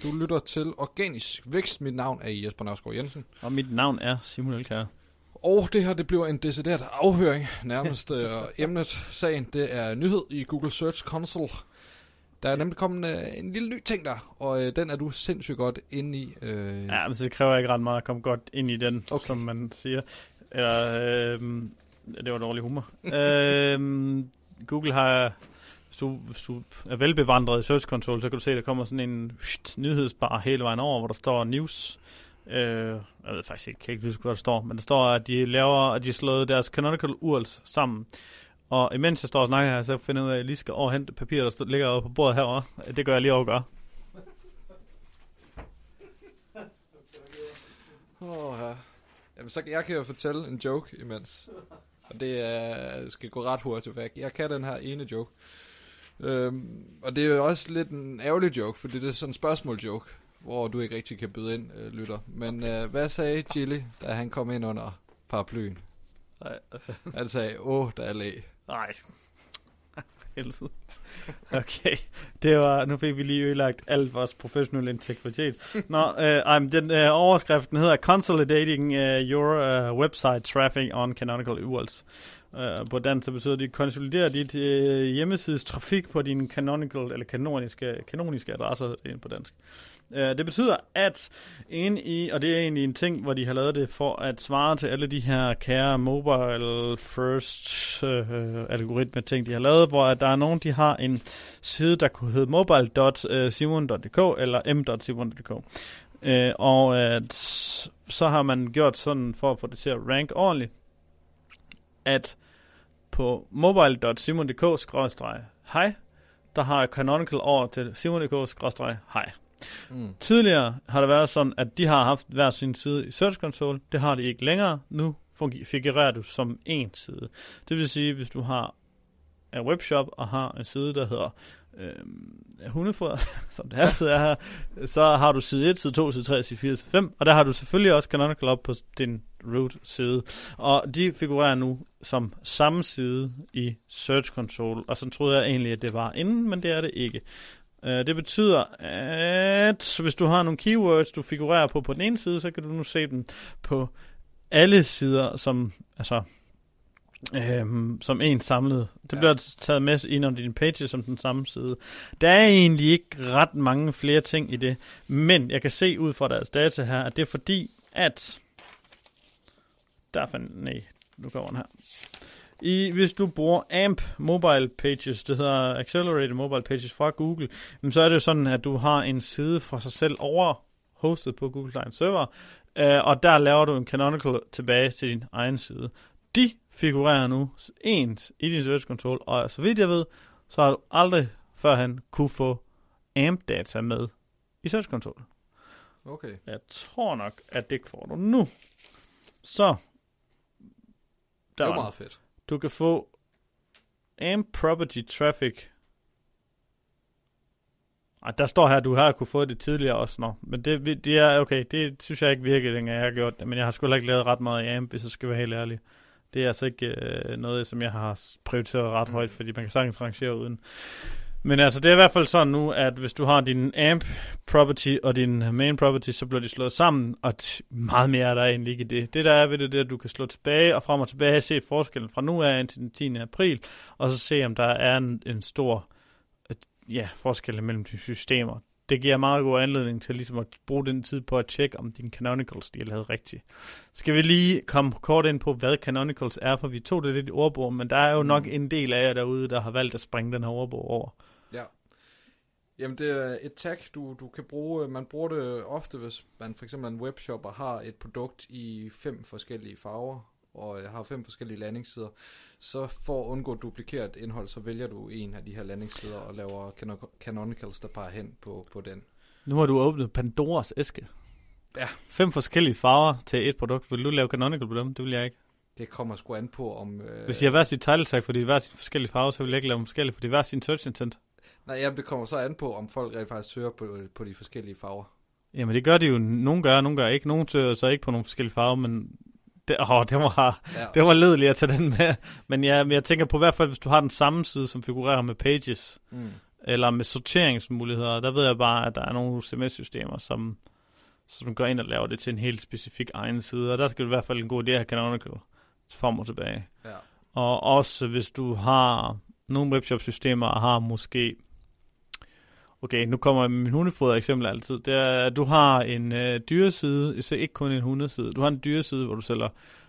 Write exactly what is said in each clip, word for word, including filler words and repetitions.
Du lytter til Organisk Vækst. Mit navn er Jesper Nørskov Jensen. Og mit navn er Simon Elkjær. Og det her, det bliver en decideret afhøring. Nærmest uh, emnet, sagen, det er nyhed i Google Search Console. Der er nemlig kommet uh, en lille ny ting der, og uh, den er du sindssygt godt inde i. Uh... Ja, men så det kræver ikke ret meget at komme godt ind i den, okay. Som man siger. Eller, øh, det var dårlig humor. øh, Google har... Hvis du, hvis du er velbevandret i Search Console, så kan du se, at der kommer sådan en pst, nyhedsbar hele vejen over, hvor der står news. Øh, jeg ved faktisk ikke, kan ikke huske, hvad der står, men der står, at de laver, at de har slået deres canonical U R Ls sammen. Og imens jeg står og snakker her, så finder jeg ud af, at jeg lige skal overhente papir, der stod, ligger oppe på bordet herovre. Det gør jeg lige over at gøre. Åh, ja. Jamen, så jeg kan jo fortælle en joke imens. Og det er, skal gå ret hurtigt væk. Jeg kan den her ene joke. Øhm, og det er jo også lidt en ærgerlig joke, fordi det er sådan en spørgsmål-joke, hvor du ikke rigtig kan byde ind, øh, lytter. Men øh, hvad sagde Gilly, da han kom ind under paraplyen? Nej. Han sagde, åh, der er læg. Nej. Helvede. Okay. Det var, nu fik vi lige ødelagt alt vores professionelle integritet. Nå, øh, ej, den øh, overskriften hedder Consolidating uh, your uh, website traffic on canonical U R Ls. Uh, på dansk, så betyder det, at konsolidere dit uh, hjemmesides trafik på dine canonical, eller kanoniske, kanoniske adresser, det er på dansk. Uh, det betyder, at inde i, og det er egentlig en ting, hvor de har lavet det for at svare til alle de her kære mobile first uh, algoritme ting, de har lavet, hvor at der er nogen, de har en side, der kunne hedde mobile punktum simon punktum d k eller m punktum simon punktum d k. Uh, og uh, så har man gjort sådan, for at få det til at rank ordentligt, at på mobile punktum simon punktum d k skråstreg hej, der har Canonical over til simon punktum d k skråstreg hej. Mm. Tidligere har det været sådan, at de har haft hver sin side i Search Console. Det har de ikke længere. Nu figurerer du som en side. Det vil sige, hvis du har en webshop og har en side, der hedder øh, hundefoder, som det her side er her, så har du side et, side to, side tre, side fire, side fem, og der har du selvfølgelig også Canonical op på din root side. Og de figurerer nu som samme side i Search Console, og så troede jeg egentlig, at det var inden, men det er det ikke. Uh, det betyder, at hvis du har nogle keywords, du figurerer på på den ene side, så kan du nu se dem på alle sider som, altså, øhm, som en samlet. Det ja. Bliver taget med ind om dine pages som den samme side. Der er egentlig ikke ret mange flere ting i det, men jeg kan se ud fra deres data her, at det er fordi, at der fandt, nej, nu kommer den her. I, hvis du bruger A M P Mobile Pages, det hedder Accelerated Mobile Pages fra Google, så er det jo sådan, at du har en side for sig selv over hostet på Google Client Server, øh, og der laver du en canonical tilbage til din egen side. De figurerer nu ens i din Search Console, og så vidt jeg ved, så har du aldrig førhen kunne få A M P-data med i Search Console. Okay. Jeg tror nok, at det får du nu. Så. Det er meget fedt. Du kan få A M P Property Traffic. Ej, der står her, at du har kunne få det tidligere også. Nå. Men det, det er okay. Det synes jeg ikke virkelig, dengang jeg har gjort det. Men jeg har sgu ikke lavet ret meget i A M P, hvis jeg skal være helt ærlig. Det er altså ikke øh, noget, som jeg har prioriteret ret højt, fordi man kan sagtens rangere uden. Men altså, det er i hvert fald sådan nu, at hvis du har din A M P property og din main property, så bliver de slået sammen, og t- meget mere er der egentlig ikke i det. Det der er ved det, det er, at du kan slå tilbage og frem og tilbage, se forskellen fra nu af indtil den tiende april, og så se, om der er en, en stor et, ja, forskel mellem de systemer. Det giver meget god anledning til ligesom at bruge den tid på at tjekke, om din canonicals de er lavet rigtigt. Skal vi lige komme kort ind på, hvad canonicals er, for vi tog det lidt i ordbog, men der er jo mm. nok en del af jer derude, der har valgt at springe den her ordbog over. Ja. Jamen det er et tag, du, du kan bruge. Man bruger det ofte, hvis man for eksempel en webshop og har et produkt i fem forskellige farver, og har fem forskellige landingssider. Så for at undgå duplikeret indhold, så vælger du en af de her landingssider og laver can- canonicals, der peger hen på, på den. Nu har du åbnet Pandoras æske. Ja. Fem forskellige farver til et produkt. Vil du lave canonical på dem? Det vil jeg ikke. Det kommer sgu an på, om... Øh... Hvis de har hver sit title tag, fordi de har hver sin forskellige farver, så vil jeg ikke lave dem forskellige, fordi de har hver sin search intent. Nej, jamen det kommer så an på, om folk rent faktisk søger på, på de forskellige farver. Jamen det gør de jo. Nogle gør, nogle gør ikke. Nogle søger så ikke på nogle forskellige farver, men... Det, åh, det var, ja. det var ledeligt at tage den med. Men ja, men jeg tænker på i hvert fald, hvis du har den samme side, som figurerer med pages, mm. eller med sorteringsmuligheder. Der ved jeg bare, at der er nogle C M S-systemer, som, som går ind og laver det til en helt specifik egen side, og der skal det i hvert fald en god idé at have Canonical frem og tilbage. Ja. Og også hvis du har nogle webshop-systemer, og har måske... Okay, nu kommer min hundefoder eksempel altid. Det er, at du har en øh, dyreside, så ikke kun en hundeside. Du har en dyreside, hvor du sælger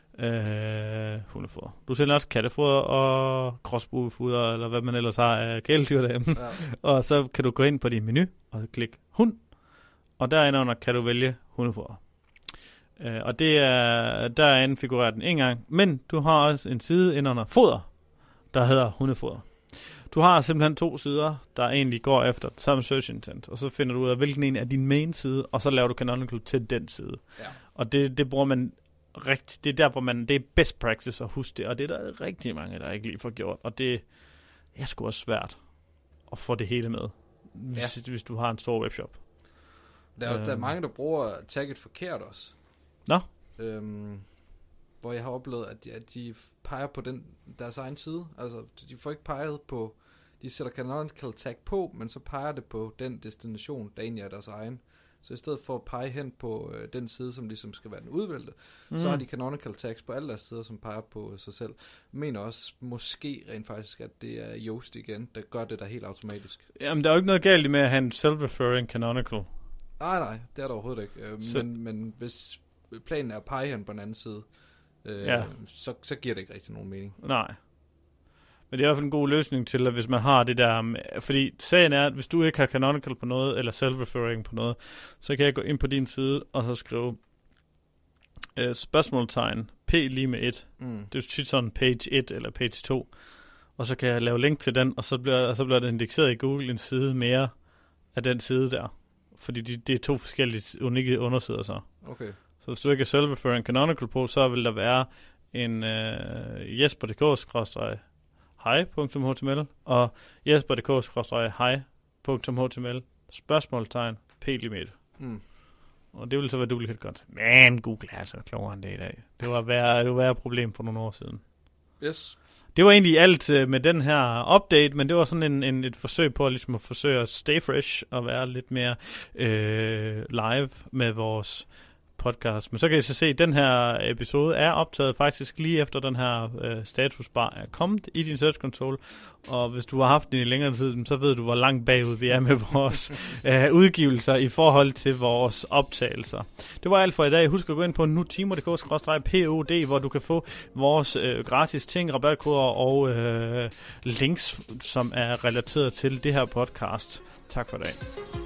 øh, hundefoder. Du sælger også kattefoder og gråsbuefoder, eller hvad man ellers har af kæledyr derhjemme. Ja. Og så kan du gå ind på din menu og klikke hund, og derinde kan du vælge hundefoder. Øh, og det er, derinde figurerer den en gang, men du har også en side inde under foder, der hedder hundefoder. Du har simpelthen to sider, der egentlig går efter samme search intent, og så finder du ud af, hvilken en er din main side, og så laver du Canonical til den side. Ja. Og det, det bruger man rigtig, det er der, hvor man, det er best practice at huske det, og det er der rigtig mange, der ikke lige får gjort, og det er sgu også svært at få det hele med, hvis, ja. hvis du har en stor webshop. Der er, øhm. der er mange, der bruger tagget forkert også. Nå? Øhm, hvor jeg har oplevet, at de, at de peger på den, deres egen side. Altså, de får ikke peget på, de sætter Canonical tag på, men så peger det på den destination, der egentlig er deres egen. Så i stedet for at pege hen på øh, den side, som ligesom skal være den udvalgte, mm. så har de Canonical tags på alle deres sider, som peger på sig selv. Jeg mener også måske rent faktisk, at det er Yoast igen, der gør det der helt automatisk. Jamen, der er jo ikke noget galt med at have en self-referring Canonical. Nej, nej, det er der overhovedet ikke. Øh, men, men hvis planen er at pege hen på den anden side, øh, ja. så, så giver det ikke rigtig nogen mening. Nej. Men det er i hvert fald en god løsning til, at hvis man har det der... Fordi sagen er, at hvis du ikke har Canonical på noget, eller self-referring på noget, så kan jeg gå ind på din side, og så skrive øh, spørgsmålstegn, p lige med et. Mm. Det er tit sådan page et eller page to. Og så kan jeg lave link til den, og så bliver, og så bliver det indekseret i Google en side mere af den side der. Fordi de, det er to forskellige unikke undersider så. Okay. Så hvis du ikke er self-referring Canonical på, så vil der være en øh, jesper punktum dk hej punktum h t m l og jesper punktum dk hej punktum h t m l spørgsmålstegn p-limit. Mm. Og det vil så være duplicate godt. Men Google er så klogere end det i dag. Det var værre, det var værre problem for nogle år siden. Yes. Det var egentlig alt uh, med den her update, men det var sådan en, en, et forsøg på at, ligesom at forsøge at stay fresh og være lidt mere øh, live med vores podcast. Men så kan I så se, at den her episode er optaget faktisk lige efter den her øh, statusbar er kommet i din Search Console. Og hvis du har haft den i længere tid, så ved du, hvor langt bagud vi er med vores øh, udgivelser i forhold til vores optagelser. Det var alt for i dag. Husk at gå ind på nutimo punktum dk skråstreg p o d, hvor du kan få vores øh, gratis ting, rabatkoder og øh, links, som er relateret til det her podcast. Tak for i dag.